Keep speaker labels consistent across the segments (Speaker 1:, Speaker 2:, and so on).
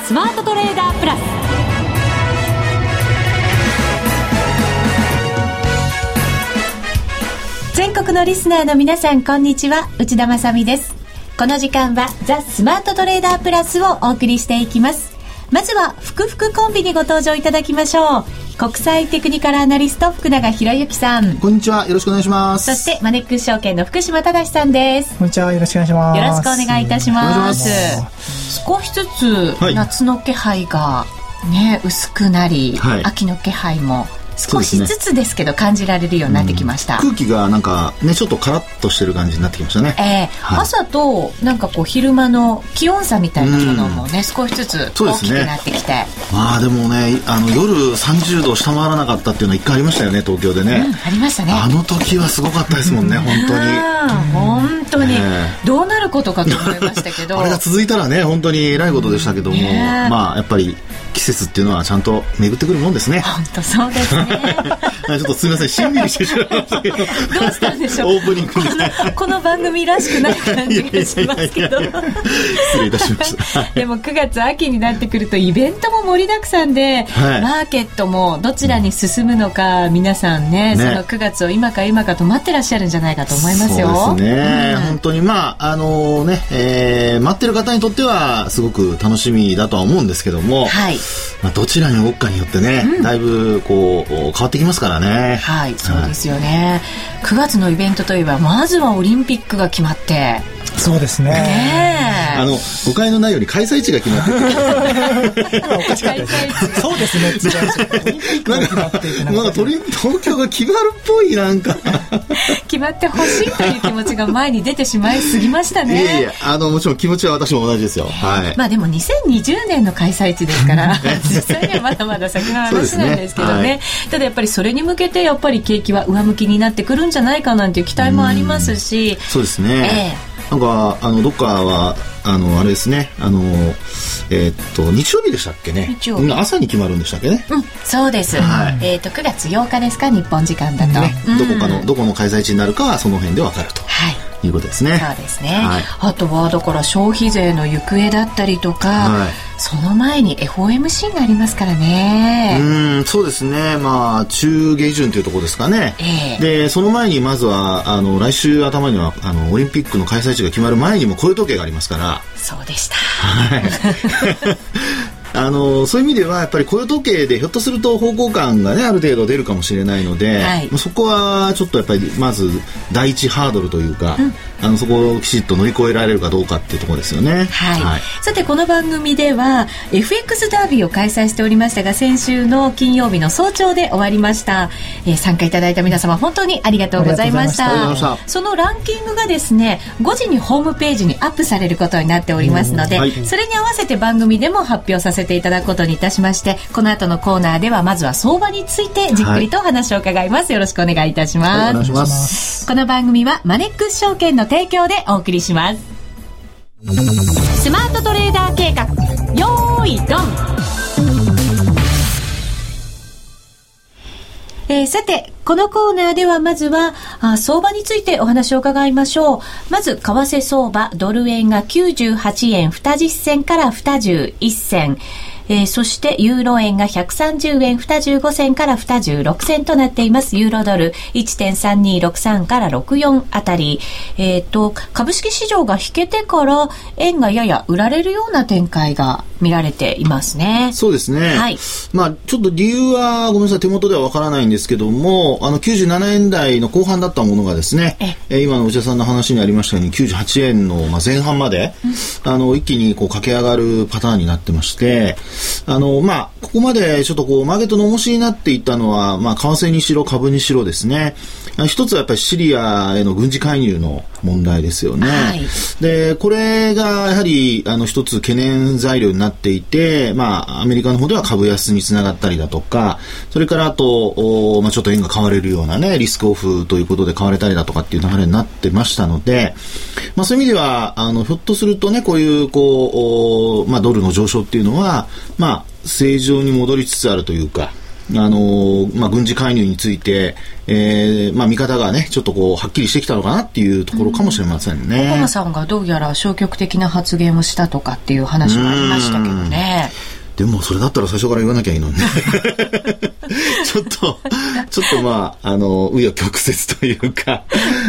Speaker 1: スマートトレーダープラス。全国のリスナーの皆さん、こんにちは、内田まさみです。この時間はザ・スマートトレーダープラスをお送りしていきます。まずは福々コンビにご登場いただきましょう。国際テクニカルアナリスト福永博之さん、
Speaker 2: こんにちは、よろしくお願いします。
Speaker 1: そしてマネックス証券の福島正さんです。
Speaker 3: こんにちは、よろしくお願いします。
Speaker 1: よろしくお願いいたします。少しずつ夏の気配がね、薄くなり、秋の気配も少しずつですけど感じられるようになってきました。
Speaker 2: 空気がなんかね、ちょっとカラッとしてる感じになってきましたね。
Speaker 1: 朝となんかこう昼間の気温差みたいなものもね、少しずつ大きくなってきて、
Speaker 2: まあでもね、夜30度を下回らなかったっていうのは一回ありましたよね、東京でね。
Speaker 1: ありましたね。
Speaker 2: あの時はすごかったですもんね、本当に。
Speaker 1: 本当にどうなることかと思いましたけど、
Speaker 2: あれが続いたらね、本当に偉いことでしたけども、まあやっぱり季節っていうのはちゃんと巡ってくるもんですね。
Speaker 1: 本当そうですね。
Speaker 2: ちょっとすみません、しんみりしてしまいましたけど、どう
Speaker 1: したんでしょう。
Speaker 2: オープニングで
Speaker 1: この番組らしくない感じがしますけど、
Speaker 2: 失礼いたしました。
Speaker 1: でも9月秋になってくるとイベントも盛りだくさんで、マーケットもどちらに進むのか、皆さんね、その9月を今か今かと待ってらっしゃるんじゃないかと思いますよ。
Speaker 2: そうですね、本当にまあ待ってる方にとってはすごく楽しみだとは思うんですけども、どちらに動くかによってね、だいぶこう変わってきますからね。
Speaker 1: そうですよね。9月のイベントといえばまずはオリンピックが決まって、
Speaker 3: そうですね。
Speaker 2: 誤解のないように開催地が決まってて
Speaker 3: おかしかったです。そうですね。
Speaker 2: なんか東京が決まるっぽい、なんか
Speaker 1: 決まってほしいという気持ちが前に出てしまいすぎましたね。
Speaker 2: いやいや、もちろん気持ちは私も同じですよ。
Speaker 1: まあでも2020年の開催地ですから実際にはまだまだ先の話なんですけどね。ただやっぱりそれに向けてやっぱり景気は上向きになってくるんじゃないかなんていう期待もありますし。
Speaker 2: そうですね。なんかどっかはあれですね、日曜日でしたっけね。朝に決まるんでしたっけね。
Speaker 1: そうです。9月8日ですか、日本時間だと、
Speaker 2: どこの開催地になるかはその辺で分かるということですね。
Speaker 1: そうですね。あとはだから消費税の行方だったりとか、その前に FOMC がありますからね。
Speaker 2: そうですね。まあ中下旬というところですかね。でその前にまずは来週頭にはオリンピックの開催地が決まる前にも雇用統計がありますから。
Speaker 1: そうでした。
Speaker 2: そういう意味ではやっぱり雇用統計でひょっとすると方向感がね、ある程度出るかもしれないので、そこはちょっとやっぱりまず第一ハードルというか、そこをきちっと乗り越えられるかどうかっていうところですよね。
Speaker 1: さてこの番組では FX ダービーを開催しておりましたが、先週の金曜日の早朝で終わりました。参加いただいた皆様本当にありがとうございました。そのランキングがですね、5時にホームページにアップされることになっておりますので、それに合わせて番組でも発表させていただくことにいたしまして、この後のコーナーではまずは相場についてじっくりとお話を伺います。よろしくお願いいたします。
Speaker 2: お願いします。
Speaker 1: この番組はマネックス証券の提供でお送りします。スマートトレーダー計画、よーいドン。さてこのコーナーではまずは相場についてお話を伺いましょう。まず為替相場、ドル円が98円20銭から21銭、そしてユーロ円が130円25銭から26銭となっています。ユーロドル 1.3263 から64あたり、株式市場が引けてから円がやや売られるような展開が見られていますね。
Speaker 2: そうですね。まあちょっと理由はごめんなさい、手元ではわからないんですけども、97円台の後半だったものがですね、今の内田さんの話にありましたように98円の前半まで、一気にこう駆け上がるパターンになってまして、ここまでちょっとこうマーケットの重しになっていったのは、為替にしろ株にしろですね、一つはやっぱりシリアへの軍事介入の問題ですよね。でこれがやはり一つ懸念材料になっていて、アメリカの方では株安につながったりだとか、それからあとちょっと円が買われるようなね、リスクオフということで買われたりだとかっていう流れになってましたので、そういう意味ではひょっとするとね、こういうドルの上昇っていうのは正常に戻りつつあるというか、 軍事介入について、見方がねちょっとこうはっきりしてきたのかなっていうところかもしれませんね。
Speaker 1: 小浜さんがどうやら消極的な発言をしたとかっていう話もありましたけどね。
Speaker 2: でもそれだったら最初から言わなきゃいいのにねちょっと紆余曲折というか、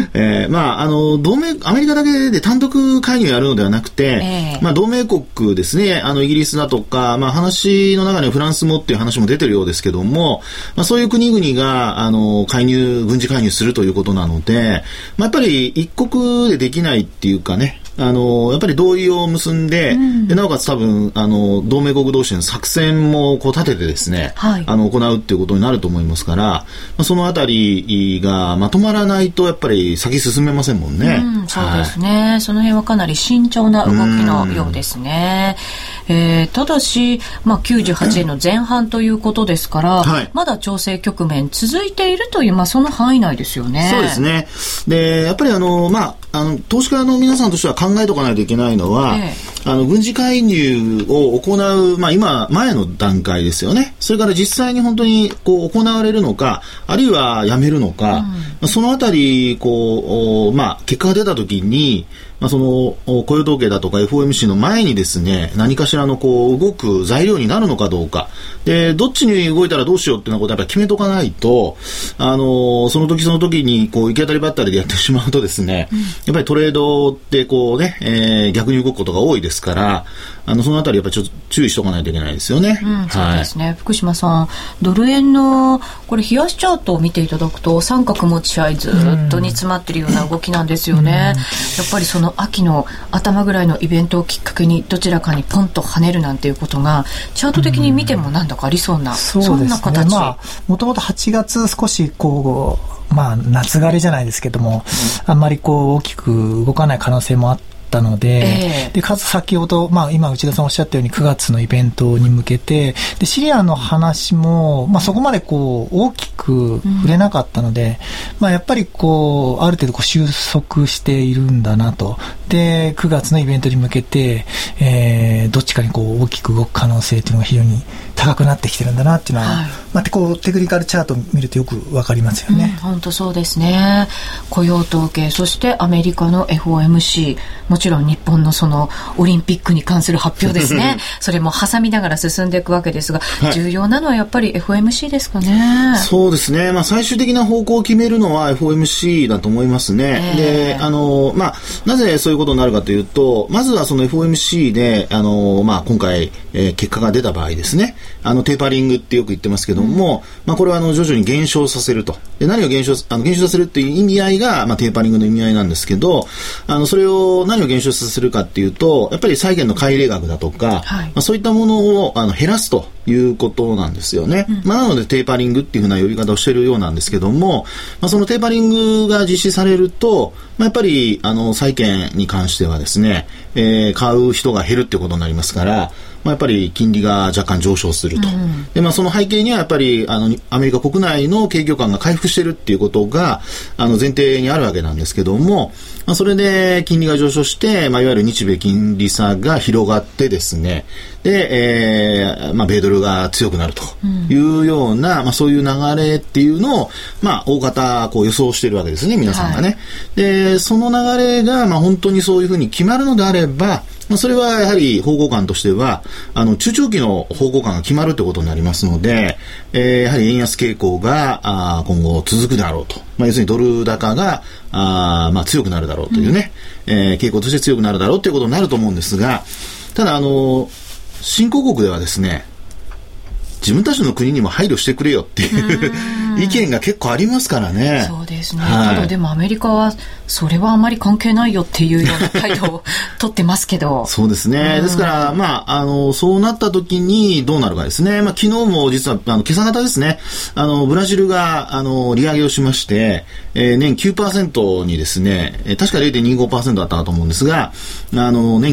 Speaker 2: アメリカだけで単独介入やるのではなくて、同盟国ですね、イギリスだとか、話の中にはフランスもっていう話も出てるようですけども、そういう国々が軍事介入するということなので、やっぱり一国でできないっていうかね、やっぱり同意を結んで、でなおかつ多分同盟国同士の作戦もこう立ててですね、行うっていうことになると思いますから、そのあたりがまとまらないとやっぱり先進めませんもんね。
Speaker 1: そうですね、その辺はかなり慎重な動きのようですね。ただし、98円の前半ということですから、まだ調整局面続いているという、その範囲内ですよね。
Speaker 2: そうですね。でやっぱり投資家の皆さんとしては考えておかないといけないのは、軍事介入を行う、今前の段階ですよね。それから実際に本当にこう行われるのか、あるいはやめるのか、そのあたり結果が出たときに、その雇用統計だとか FOMC の前にですね、何かしらのこう動く材料になるのかどうかで、どっちに動いたらどうしようっていうようなことをやっぱり決めとかないと、その時その時にこう行き当たりばったりでやってしまうとですね、やっぱりトレードってこうね、逆に動くことが多いですから、そのあたりやっぱりちょっと注意しておかないといけないですよね。
Speaker 1: そうですね。福島さん、ドル円のこれ冷やしチャートを見ていただくと、三角持ち合いずっと煮詰まっているような動きなんですよね。やっぱりその秋の頭ぐらいのイベントをきっかけにどちらかにポンと跳ねるなんていうことがチャート的に見てもなんだかありそうな、そんな形。
Speaker 3: もともと8月少しこう夏枯れじゃないですけども、あんまりこう大きく動かない可能性もあったので、かつ先ほど、今内田さんおっしゃったように9月のイベントに向けて、でシリアの話も、そこまでこう大きく触れなかったので、やっぱりこうある程度こう収束しているんだなと。で9月のイベントに向けて、どっちかにこう大きく動く可能性というのが非常に高くなってきてるんだなっていうのは、こうテクニカルチャートを見るとよくわかりますよね。
Speaker 1: 本当そうですね。雇用統計、そしてアメリカの FOMC、もちろん日本のそのオリンピックに関する発表ですねそれも挟みながら進んでいくわけですが、重要なのはやっぱり FOMC ですかね。
Speaker 2: そうですね、最終的な方向を決めるのは FOMC だと思いますね。でなぜそういうことになるかというと、まずはその FOMC で今回、結果が出た場合ですね、テーパリングってよく言ってますけども、これは徐々に減少させると。で何を減少させるっていう意味合いが、テーパリングの意味合いなんですけど、それを何を減少させるかっていうと、やっぱり債券の買い入れ額だとか、そういったものを減らすということなんですよね。なのでテーパリングっていうふうな呼び方をしているようなんですけども、そのテーパリングが実施されると、やっぱり債券に関してはですね、買う人が減るってことになりますから、やっぱり金利が若干上昇すると。でその背景にはやっぱりアメリカ国内の景況感が回復しているっていうことが前提にあるわけなんですけども、それで金利が上昇して、いわゆる日米金利差が広がってですね、で、米ドルが強くなるというような、そういう流れっていうのを、大方こう予想しているわけですね、皆さんがね。でその流れが、本当にそういうふうに決まるのであれば、それはやはり方向感としては中長期の方向感が決まるということになりますので、やはり円安傾向が今後続くだろうと、要するにドル高が強くなるだろうというね、傾向として強くなるだろうということになると思うんですが、ただ新興国ではですね、自分たちの国にも配慮してくれよっていう意見が結構ありますからね。
Speaker 1: そうですね、ただでもアメリカはそれはあまり関係ないよっていうような態度を取ってますけど
Speaker 2: そうですね、ですからそうなった時にどうなるかですね。昨日も実は今朝方ですね、ブラジルが利上げをしまして、年 9% にですね、確か 0.25% だったと思うんですが、年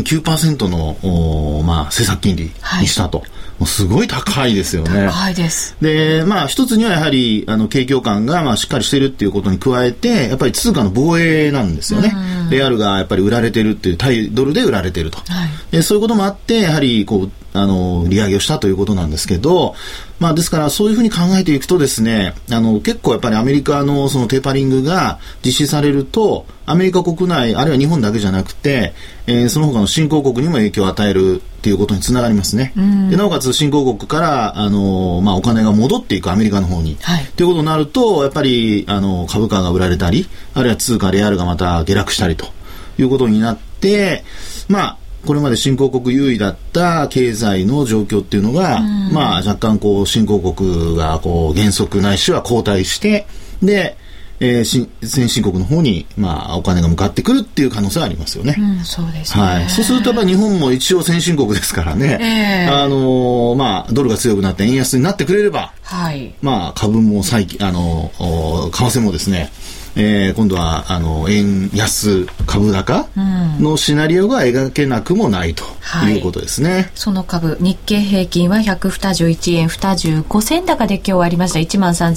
Speaker 2: 9% の政策金利にしたと、もうすごい高いですよね。
Speaker 1: 高いです。
Speaker 2: で一つにはやはり景況感がしっかりしているっていうことに加えて、やっぱり通貨の防衛なんですよね。レアルがやっぱり売られているっていう、対ドルで売られていると、でそういうこともあって、やはりこう利上げをしたということなんですけど、ですからそういうふうに考えていくとですね、結構やっぱりアメリカのそのテーパリングが実施されると、アメリカ国内、あるいは日本だけじゃなくて、その他の新興国にも影響を与えるっていうことにつながりますね。でなおかつ新興国から、お金が戻っていくアメリカの方に。ということになると、やっぱり、株価が売られたり、あるいは通貨レアルがまた下落したりということになって、これまで新興国優位だった経済の状況っていうのが、若干新興国が減速ないしは後退して、で、先進国の方に、お金が向かってくるっていう可能性はありますよね。
Speaker 1: そうですね。
Speaker 2: そうするとやっぱり日本も一応先進国ですからね、ドルが強くなって円安になってくれれば、株も為替もですね、今度は円安株高のシナリオが描けなくもないということですね。
Speaker 1: その株、日経平均は121円25銭高で今日ありました。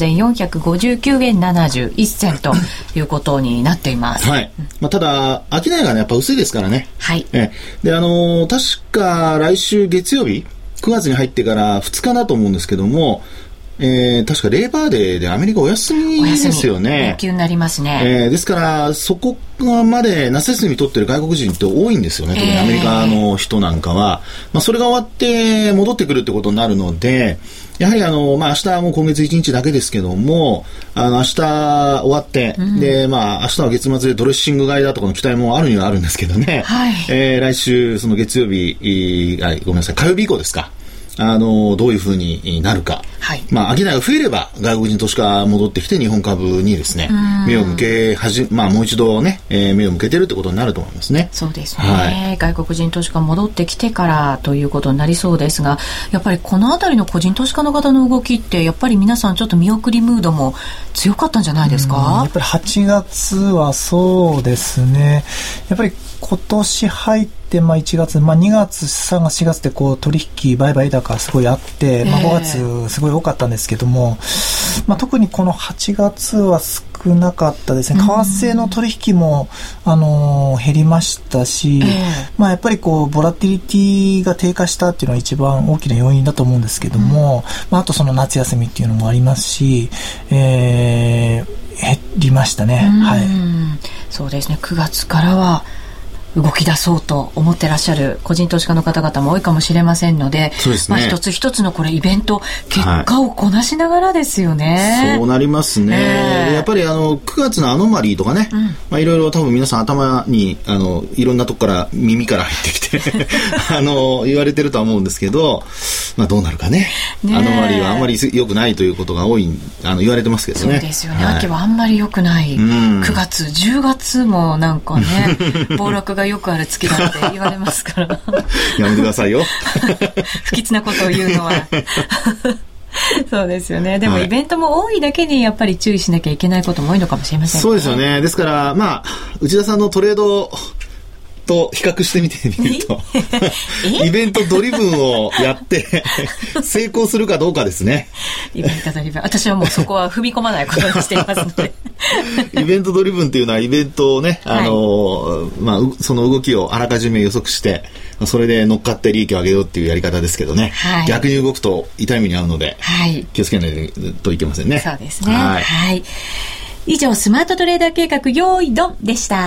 Speaker 1: 13,459 円71銭ということになっています。
Speaker 2: ただ商いがねやっぱ薄いですからね。で確か来週月曜日9月に入ってから2日だと思うんですけども、確かレーバーデーでアメリカお休みですよね。
Speaker 1: 連休になりますね。
Speaker 2: ですからそこまで夏休み取ってる外国人って多いんですよね。特にアメリカの人なんかは、それが終わって戻ってくるってことになるので、やはり明日はもう今月1日だけですけども、明日終わって、で明日は月末でドレッシング買いだとかの期待もあるにはあるんですけどね。来週その月曜日、ごめんなさい、火曜日以降ですか。どういうふうになるか。商いが増えれば外国人投資家が戻ってきて日本株にですね、目を向けもう一度ね、目を向けてるってことになると思いますね。
Speaker 1: そうですね。外国人投資家戻ってきてからということになりそうですが、やっぱりこのあたりの個人投資家の方の動きってやっぱり皆さんちょっと見送りムードも強かったんじゃないですか？
Speaker 3: やっぱり8月はそうですね。やっぱり今年入って1月、2月、3月、4月で取引売買高すごいあって、5月すごい多かったんですけども、特にこの8月は少なかったですね。為替の取引も減りましたし、やっぱりボラティリティが低下したっていうのは一番大きな要因だと思うんですけども、あとその夏休みっていうのもありますし、減りましたね。
Speaker 1: そうですね。9月からは動き出そうと思ってらっしゃる個人投資家の方々も多いかもしれませんので、一つ一つのこれイベント結果をこなしながらですよね。
Speaker 2: そうなりますね。やっぱり9月のアノマリーとかね、いろいろ多分皆さん頭にいろんなとこから耳から入ってきて言われてるとは思うんですけど、どうなるかね。アノマリーはあんまり良くないということが多い言われてますけどね。
Speaker 1: そうですよね。秋はあんまり良くない。9月10月もなんかね暴落がよくある月だって言われますから
Speaker 2: やめてくださいよ
Speaker 1: 不吉なことを言うのはそうですよね。でもイベントも多いだけにやっぱり注意しなきゃいけないことも多いのかもしれませんね。
Speaker 2: そうですよね。ですから内田さんのトレードと比較してみてみるとイベントドリブンをやって成功するかどうかですね。
Speaker 1: イベントドリブン、私はもうそこは踏み込まないことにしていますので
Speaker 2: イベントドリブンっていうのはイベントをね、その動きをあらかじめ予測してそれで乗っかって利益を上げようっていうやり方ですけどね、逆に動くと痛い目に遭うので、気をつけないといけませんね。
Speaker 1: そうですね。以上スマートトレーダー計画用意ドンでした。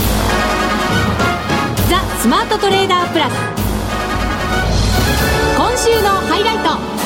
Speaker 1: ザ・スマートトレーダープラス、今週のハイライト。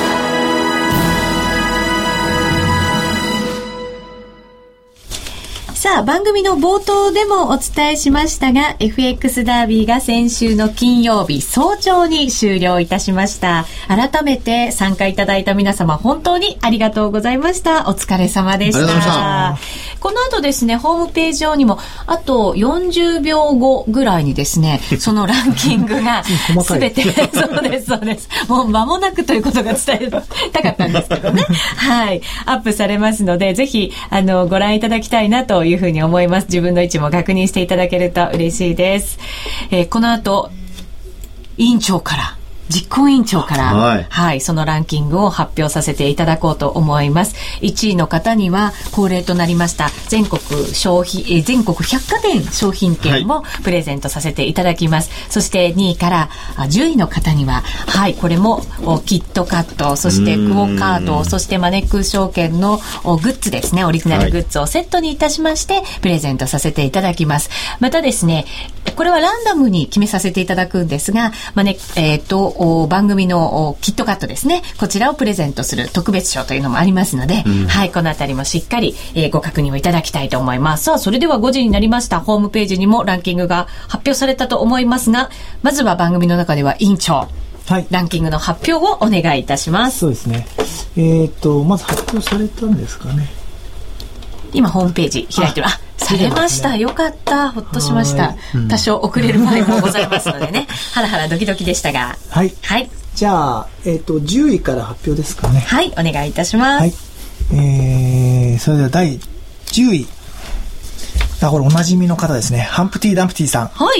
Speaker 1: さあ、番組の冒頭でもお伝えしましたが FX ダービーが先週の金曜日早朝に終了いたしました。改めて参加いただいた皆様本当にありがとうございました。お疲れ様でした。
Speaker 2: ありがとうございました。
Speaker 1: この後ですね、ホームページ上にもあと40秒後ぐらいにですねそのランキングがすべてそうですそうです、もう間もなくということが伝えたかったんですけどねアップされますのでぜひご覧いただきたいなというふうに思います。自分の位置も確認していただけると嬉しいです。この後委員長から実行委員長から、
Speaker 2: はい
Speaker 1: はい、そのランキングを発表させていただこうと思います。1位の方には恒例となりました全国百貨店商品券もプレゼントさせていただきます。そして2位から10位の方には、はい、これもキットカット、そしてクオカード、そしてマネックス証券のグッズですね、オリジナルグッズをセットにいたしましてプレゼントさせていただきます。またですね、これはランダムに決めさせていただくんですが、番組のキットカットですね、こちらをプレゼントする特別賞というのもありますので、はい、このあたりもしっかり、ご確認をいただきたいと思います。さあ、それでは5時になりました。ホームページにもランキングが発表されたと思いますが、まずは番組の中では委員長、はい、ランキングの発表をお願いいたします。
Speaker 3: そうですね。まず発表されたんですかね。
Speaker 1: 今ホームページ開いてる。されました。よかった。ほっとしました。多少遅れる場合もございますのでね。ハラハラドキドキでしたが。
Speaker 3: はい。はい。じゃあ、10位から発表ですかね。
Speaker 1: はい。お願いいたします。はい。
Speaker 3: それでは第10位。これおなじみの方ですね。ハンプティ・ダンプティさん。
Speaker 1: はい。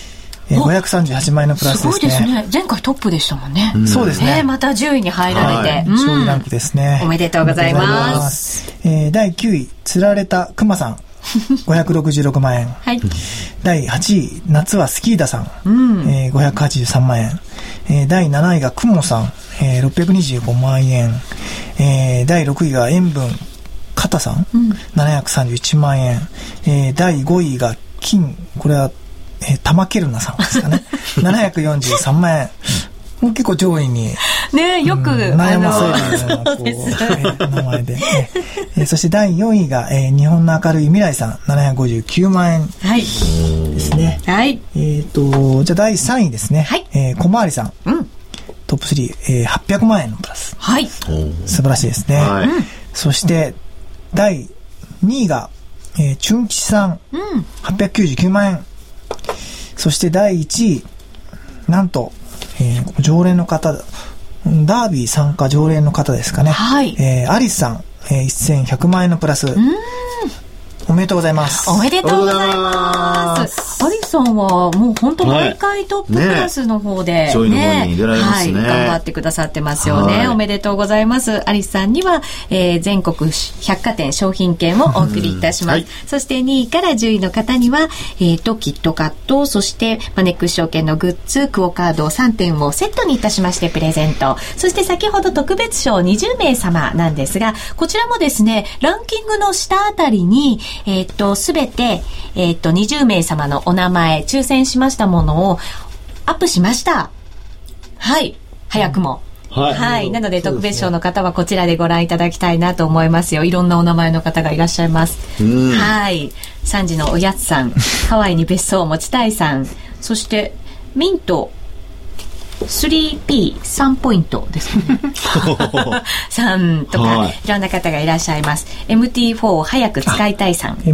Speaker 3: 538万円のプラスですね。すごいですね。
Speaker 1: 前回トップでしたもんね。
Speaker 3: そうですね。
Speaker 1: また10位に入られて。
Speaker 3: 上位ランクですね。
Speaker 1: おめでとうございます。
Speaker 3: 第9位、釣られたクマさん。566万円。はい。第8位、夏はスキーダさん。583万円。第7位がクモさん。625万円。第6位が塩分カタさん。731万円。第5位が金、これは、タマケルナさんですかね。743万円。もう結構上位に。
Speaker 1: ね、よく、
Speaker 3: 悩ませるような、名前で。そして第4位が、日本の明るい未来さん、759万円ですね。はい。じゃあ第3位ですね。はい。小回りさん。トップ3、800万円のプラス。はい。素晴らしいですね。はい。そして、第2位が、チュンキチさん、899万円。そして第1位、なんと、常連の方、ダービー参加常連の方ですかね。はい。アリスさん、1100万円のプラス。おめでとうございます。
Speaker 1: おめでとうございます。アリスさんはもう本当毎回トップクラスの方で、
Speaker 2: 上位の方に出られますね。
Speaker 1: はい、頑張ってくださってますよね。おめでとうございます。アリスさんには、全国百貨店商品券をお送りいたします。そして2位から10位の方には、キットカット、そしてマネックス証券のグッズ、クオカード3点をセットにいたしましてプレゼント。そして先ほど特別賞20名様なんですが、こちらもですね、ランキングの下あたりに、すべて、20名様のお名前、抽選しましたものをアップしました。はい。早くも。はい。はい。なので、特別賞の方はこちらでご覧いただきたいなと思いますよ。いろんなお名前の方がいらっしゃいます。はい。3時のおやつさん、ハワイに別荘を持ちたいさん、そして、ミント、3P3 ポイントですかね。3とか、はい、いろんな方がいらっしゃいます。MT4 を早く使いたいさん。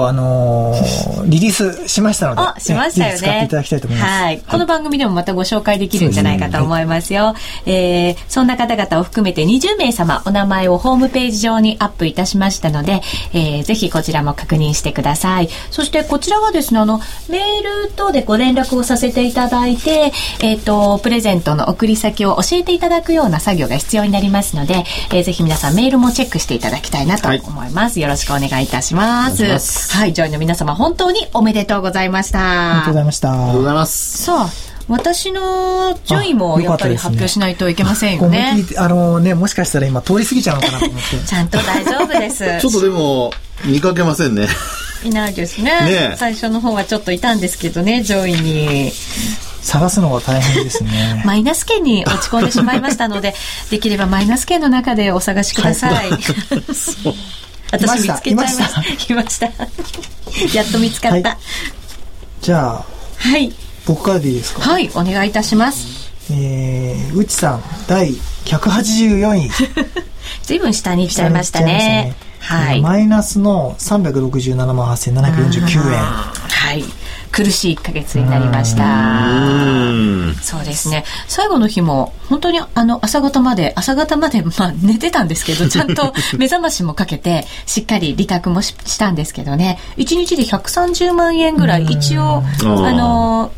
Speaker 3: MT4 リリースしましたので、
Speaker 1: しましたよね。
Speaker 3: 使っていただきたいと思います。
Speaker 1: はい。この番組でもまたご紹介できるんじゃないかと思いますよ。そんな方々を含めて20名様お名前をホームページ上にアップいたしましたので、ぜひこちらも確認してください。そしてこちらはですね、メール等でご連絡をさせていただいて、プレゼントの送り先を教えていただくような作業が必要になりますので、ぜひ皆さんメールもチェックしていただきたいなと思います。よろしくお願いいたします。はい、ジョイの皆様本当におめでとうございました。
Speaker 3: ありがとうございました。
Speaker 2: ありがとうございます。
Speaker 1: さあ、私の順位もやっぱり発表しないといけませんよね。
Speaker 3: もしかしたら今通り過ぎちゃうのかなと思って
Speaker 1: ちゃんと大丈夫です
Speaker 2: ちょっとでも見かけませんね。
Speaker 1: いないですね。最初の方はちょっといたんですけどね、上位に
Speaker 3: 探すのが大変ですね。
Speaker 1: マイナス圏に落ち込んでしまいましたのでできればマイナス圏の中でお探しください、私見つけちゃいました。いましたやっと見つかった、
Speaker 3: じゃあ、はい、僕からでいいですか。
Speaker 1: はい、お願いいたします。
Speaker 3: うちさん第184位
Speaker 1: 随分下に行っちゃいましたね。はい、
Speaker 3: マイナスの367万8749円。
Speaker 1: はい、苦しい1ヶ月になりました。そうですね。最後の日も本当に朝方まで、寝てたんですけど、ちゃんと目覚ましもかけてしっかり利確もしたんですけどね。1日で130万円ぐらい一応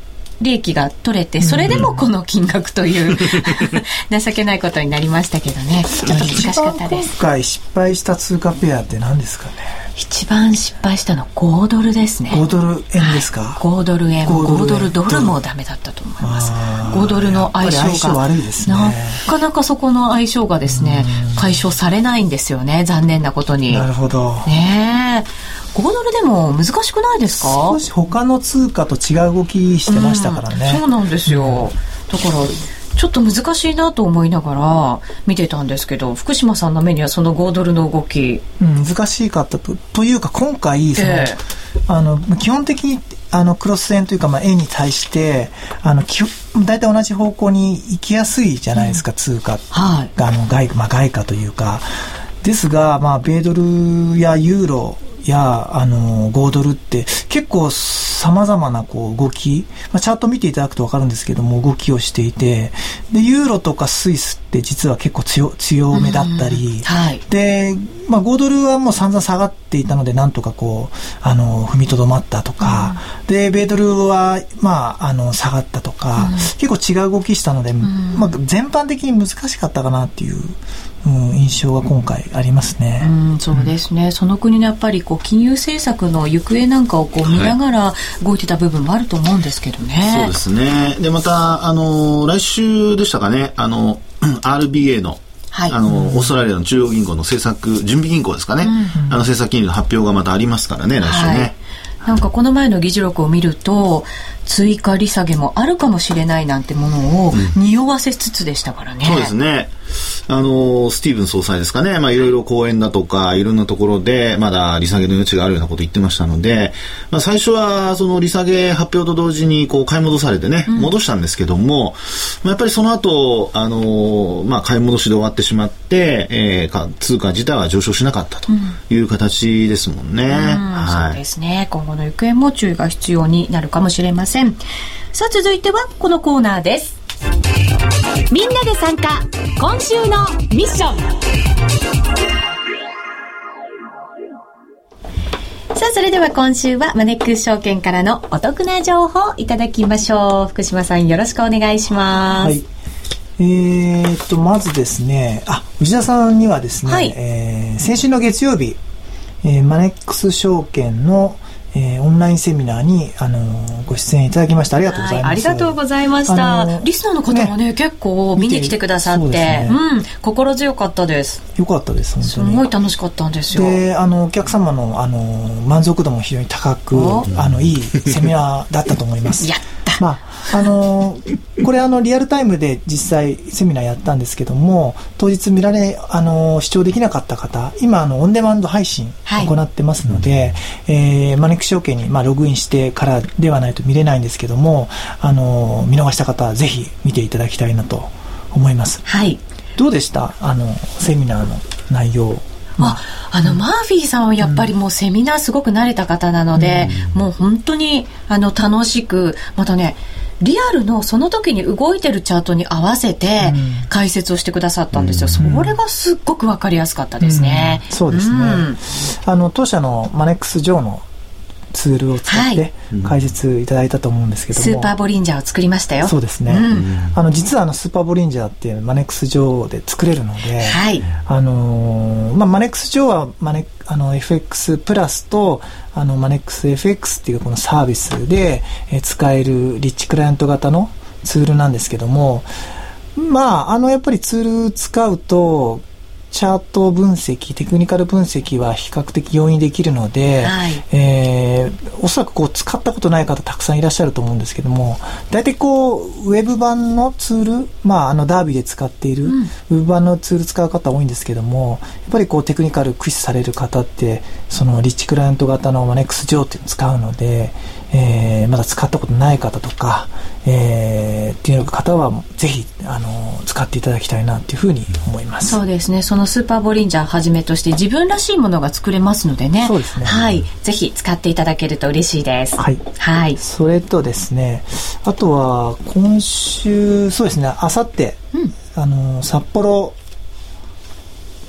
Speaker 1: 利益が取れて、それでもこの金額という情けないことになりましたけどね。難しかったです。
Speaker 3: 今回失敗した通貨ペアって何ですかね。
Speaker 1: 一番失敗したのは5ドルですね。
Speaker 3: 5ドル円ですか。
Speaker 1: 5ドル円、5ドルドルもダメだったと思います。5ドルの相性が
Speaker 3: 悪いですね。
Speaker 1: なかなかそこの相性がですね、解消されないんですよね、残念なことに。
Speaker 3: なるほど
Speaker 1: ね。5ドルでも難しくないですか。
Speaker 3: 少し他の通貨と違う動きしてましたからね。
Speaker 1: そうなんですよ。だからちょっと難しいなと思いながら見てたんですけど、福島さんの目にはその5ドルの動き、
Speaker 3: 難しかったというか、今回基本的にクロス円というか、円に対して大体同じ方向に行きやすいじゃないですか、通貨が外貨というかですが、米ドルやユーロや5ドルって結構様々な動き、チャート見ていただくと分かるんですけども、動きをしていて、でユーロとかスイスって実は結構強めだったり、で、5ドルはもう散々下がっていたのでなんとか踏みとどまったとか、で米ドルは下がったとか、結構違う動きしたので、全般的に難しかったかなっていう印象が今回ありますね。
Speaker 1: そうですね。その国のやっぱり金融政策の行方なんかを見ながら動いてた部分もあると思うんですけどね。
Speaker 2: そうですね。でまた来週でしたかね、RBA のオーストラリアの中央銀行の準備銀行ですかね、政策金利の発表がまたありますからね、来週ね。
Speaker 1: なんかこの前の議事録を見ると追加利下げもあるかもしれないなんてものを匂わせつつでしたからね。
Speaker 2: そうですね。スティーブン総裁ですかね、いろいろ講演だとかいろんなところでまだ利下げの余地があるようなことを言ってましたので、最初はその利下げ発表と同時に買い戻されてね、戻したんですけども、やっぱりその後買い戻しで終わってしまって、通貨自体は上昇しなかったという形ですもんね。
Speaker 1: そうですね。今後の行方も注意が必要になるかもしれません。さあ続いてはこのコーナーです。みんなで参加、今週のミッション。さあそれでは今週はマネックス証券からのお得な情報をいただきましょう。福島さんよろしくお願いします。
Speaker 3: まずですね、内田さんにはですね、先週の月曜日、マネックス証券のオンラインセミナーにご出演いただきました。ありがとうございます。
Speaker 1: ありがとうございました。リスナーの方もね、結構見に来てくださって、心強かったです。
Speaker 3: よかったです。本当に
Speaker 1: すごい楽しかったんですよ。
Speaker 3: で、お客様の満足度も非常に高く、いいセミナーだったと思います。
Speaker 1: やった。
Speaker 3: これリアルタイムで実際セミナーやったんですけども、当日視聴できなかった方、今オンデマンド配信行ってますので、マネックス証券にログインしてからではないと見れないんですけども、見逃した方はぜひ見ていただきたいなと思います。どうでしたセミナーの内容。
Speaker 1: マーフィーさんはやっぱりもうセミナーすごく慣れた方なので、もう本当に楽しく、またねリアルのその時に動いてるチャートに合わせて解説をしてくださったんですよ。それがすっごく分かりやすかったですね。
Speaker 3: そうですね。当社のマネックス上のツールを使って解説いただいたと思うんですけども、
Speaker 1: スーパーボリンジャーを作りましたよ。
Speaker 3: そうですね。実はスーパーボリンジャーっていうマネックス上で作れるので、マネックス上はFX プラスとマネックス FX っていうこのサービスで使えるリッチクライアント型のツールなんですけども、やっぱりツール使うとチャート分析、テクニカル分析は比較的容易にできるので、おそらく使ったことない方たくさんいらっしゃると思うんですけども、大体ウェブ版のツール、ダービーで使っている、ウェブ版のツール使う方多いんですけども、やっぱりテクニカル駆使される方ってそのリッチクライアント型のマネックス上っていうのを使うので、まだ使ったことない方とか、っていう方はぜひ使っていただきたいなというふうに思います。
Speaker 1: そうですね。そのスーパーボリンジャーはじめとして自分らしいものが作れますのでね。
Speaker 3: そうですね。
Speaker 1: ぜひ使っていただけると嬉しいです。
Speaker 3: それとですね、あとは今週そうですね、あさって札幌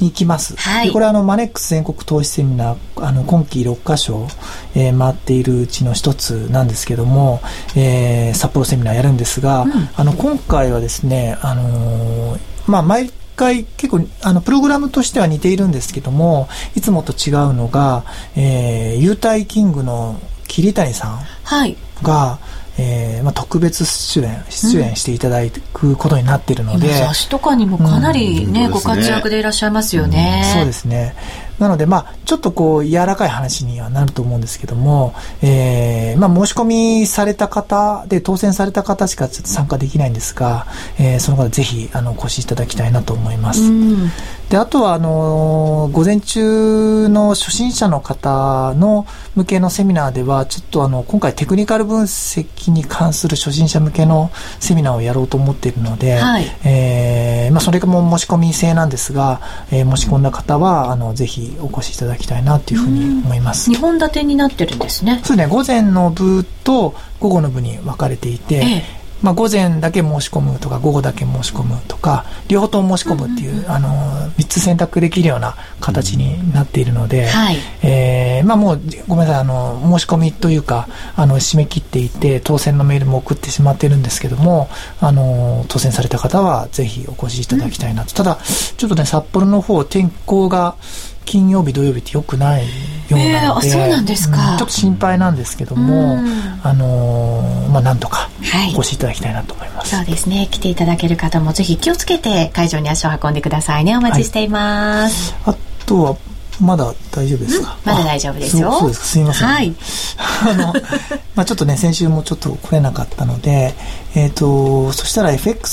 Speaker 3: に行きます。
Speaker 1: はい、
Speaker 3: でこれはマネックス全国投資セミナー、今期6カ所、回っているうちの一つなんですけども、札幌セミナーやるんですが、今回はですね、毎回結構プログラムとしては似ているんですけども、いつもと違うのが、優待キングの桐谷さんが、特別出演していただくことになっているので、
Speaker 1: 雑誌とかにもかなりね、ご活躍でいらっしゃいますよね。
Speaker 3: そうですね。なので、ちょっと柔らかい話にはなると思うんですけども、申し込みされた方で当選された方しかちょっと参加できないんですが、その方ぜひお越しいただきたいなと思います。で、あとは午前中の初心者の方の向けのセミナーでは、ちょっと今回テクニカル分析に関する初心者向けのセミナーをやろうと思っているので、それも申し込み制なんですが、申し込んだ方はぜひお越しいただきたいなというふうに思います。
Speaker 1: 2本立てになってるんですね。
Speaker 3: そうですね。午前の部と午後の部に分かれていて、午前だけ申し込むとか午後だけ申し込むとか両方とも申し込むっていう、3つ選択できるような形になっているので、もうごめんなさい、申し込みというか締め切っていて当選のメールも送ってしまっているんですけども、当選された方はぜひお越しいただきたいなと。ただちょっとね、札幌の方天候が金曜日土曜日って良くないようなので、
Speaker 1: そうなんですか。
Speaker 3: ちょっと心配なんですけども、なんとかお越しいただきたいなと思います。
Speaker 1: そうですね。来ていただける方もぜひ気をつけて会場に足を運んでくださいね。お待ちしています。
Speaker 3: あとはまだ大丈夫ですか？
Speaker 1: まだ大丈夫ですよ。
Speaker 3: そうですか。すいません。ちょっとね、先週もちょっと来れなかったので、そしたら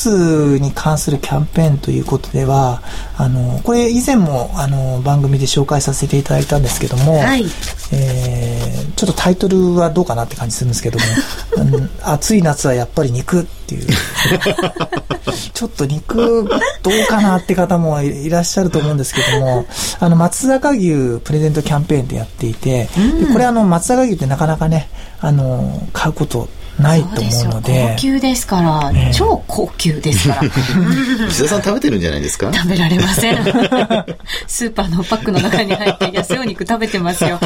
Speaker 3: FX に関するキャンペーンということでは、これ以前も番組で紹介させていただいたんですけども、ちょっとタイトルはどうかなって感じするんですけども、暑い夏はやっぱり肉っていうちょっと肉どうかなって方もいらっしゃると思うんですけども、松阪牛プレゼントキャンペーンってやっていて、これ松阪牛ってなかなかね、買うことないと思うので、
Speaker 1: 高級ですから、超高級ですから
Speaker 2: 石田さん食べてるんじゃないですか？
Speaker 1: 食べられませんスーパーのパックの中に入って安いお肉食べてますよ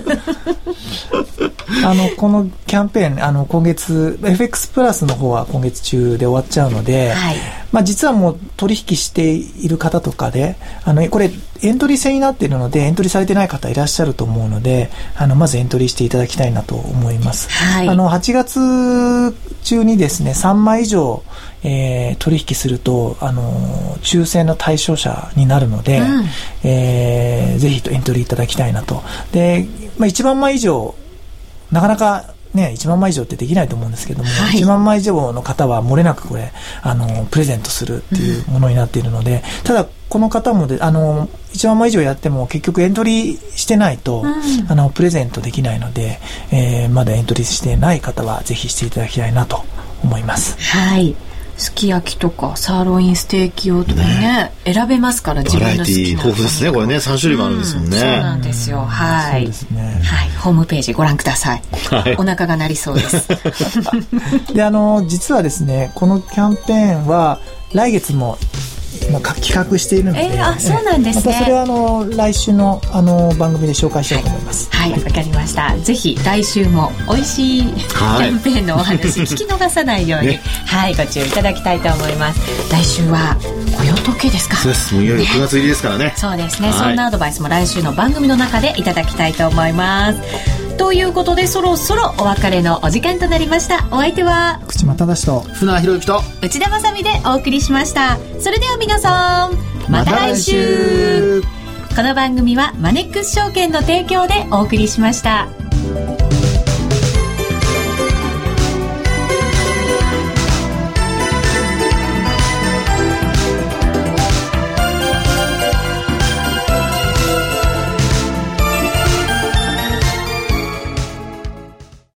Speaker 3: このキャンペーン今月 FX プラスの方は今月中で終わっちゃうので、実はもう取引している方とかでこれエントリー制になっているのでエントリーされてない方いらっしゃると思うのでまずエントリーしていただきたいなと思います。8月中にですね3枚以上取引すると抽選の対象者になるので、ぜひエントリーいただきたいなと。で、1万枚以上なかなかね、1万枚以上ってできないと思うんですけども、1万枚以上の方は漏れなくこれプレゼントするっていうものになっているので、ただこの方も1万枚以上やっても結局エントリーしてないと、プレゼントできないので、まだエントリーしてない方はぜひしていただきたいなと思います。
Speaker 1: すき焼きとかサーロインステーキ用とかね、選べますから自分の好きな。バラエティ豊富ですね。これね、3種類もあるんですもんね。そうなんですよ。
Speaker 3: そうですね。
Speaker 1: ホームページご覧ください。お腹が鳴りそうです。
Speaker 3: で、実はですね、このキャンペーンは来月も企画しているので、
Speaker 1: そうなんですね。
Speaker 3: またそれは来週の番組で紹介したいと思います。
Speaker 1: わかりました。ぜひ来週も美味しいキャンペーンのお話聞き逃さないように、ご注意いただきたいと思います。来週は雇用統計ですか？
Speaker 2: そうです。もういよいよ9月入りですからね。
Speaker 1: そうですね。そんなアドバイスも来週の番組の中でいただきたいと思います。ということでそろそろお別れのお時間となりました。お相手は
Speaker 3: 口間正と
Speaker 2: 船博之と
Speaker 1: 内田まさみでお送りしました。それでは皆さんまた来週。この番組はマネックス証券の提供でお送りしました。